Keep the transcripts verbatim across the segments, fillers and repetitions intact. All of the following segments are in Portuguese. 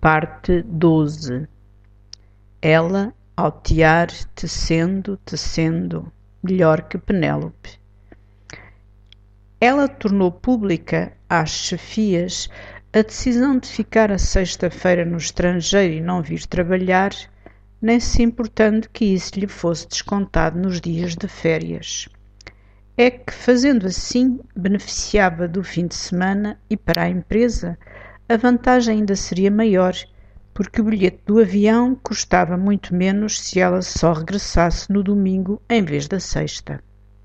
Parte doze. Ela, ao tear, tecendo, tecendo, melhor que Penélope. Ela tornou pública às chefias a decisão de ficar a sexta-feira no estrangeiro e não vir trabalhar, nem se importando que isso lhe fosse descontado nos dias de férias. É que, fazendo assim, beneficiava do fim de semana e, para a empresa, a vantagem ainda seria maior, porque o bilhete do avião custava muito menos se ela só regressasse no domingo em vez da sexta.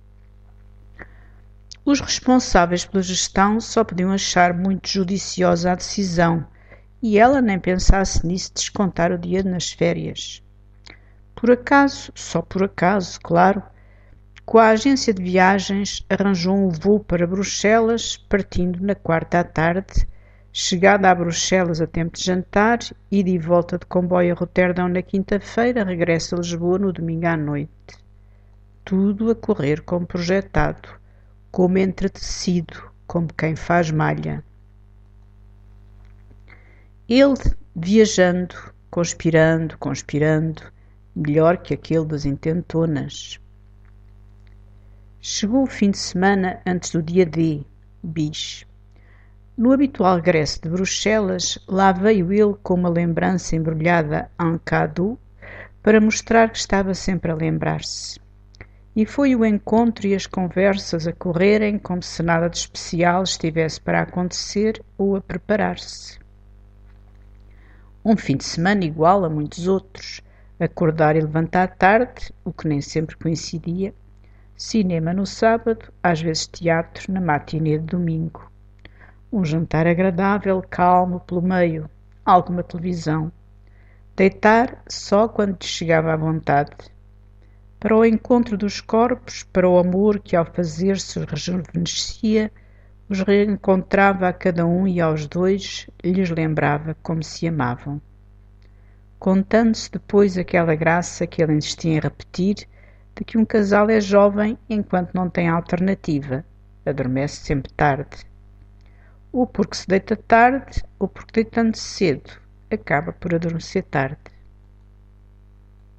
Os responsáveis pela gestão só podiam achar muito judiciosa a decisão, e ela nem pensasse nisso de descontar o dia nas férias. Por acaso, só por acaso, claro, com a agência de viagens arranjou um voo para Bruxelas, partindo na quarta à tarde, chegada a Bruxelas a tempo de jantar, ida e volta de comboio a Roterdão na quinta-feira, regresso a Lisboa no domingo à noite. Tudo a correr como projetado, como entretecido, como quem faz malha. Ele, viajando, conspirando, conspirando, melhor que aquele das intentonas. Chegou o fim de semana antes do dia D, bis. No habitual regresso de Bruxelas, lá veio ele com uma lembrança embrulhada en cadeau para mostrar que estava sempre a lembrar-se. E foi o encontro e as conversas a correrem como se nada de especial estivesse para acontecer ou a preparar-se. Um fim de semana igual a muitos outros, acordar e levantar tarde, o que nem sempre coincidia, cinema no sábado, às vezes teatro na matinê de domingo. Um jantar agradável, calmo pelo meio, alguma televisão. Deitar só quando te chegava à vontade. Para o encontro dos corpos, para o amor que ao fazer-se os rejuvenescia, os reencontrava a cada um e aos dois lhes lembrava como se amavam. Contando-se depois aquela graça que ele insistia em repetir, de que um casal é jovem enquanto não tem alternativa, adormece sempre tarde. Ou porque se deita tarde, ou porque deitando-se cedo, acaba por adormecer tarde.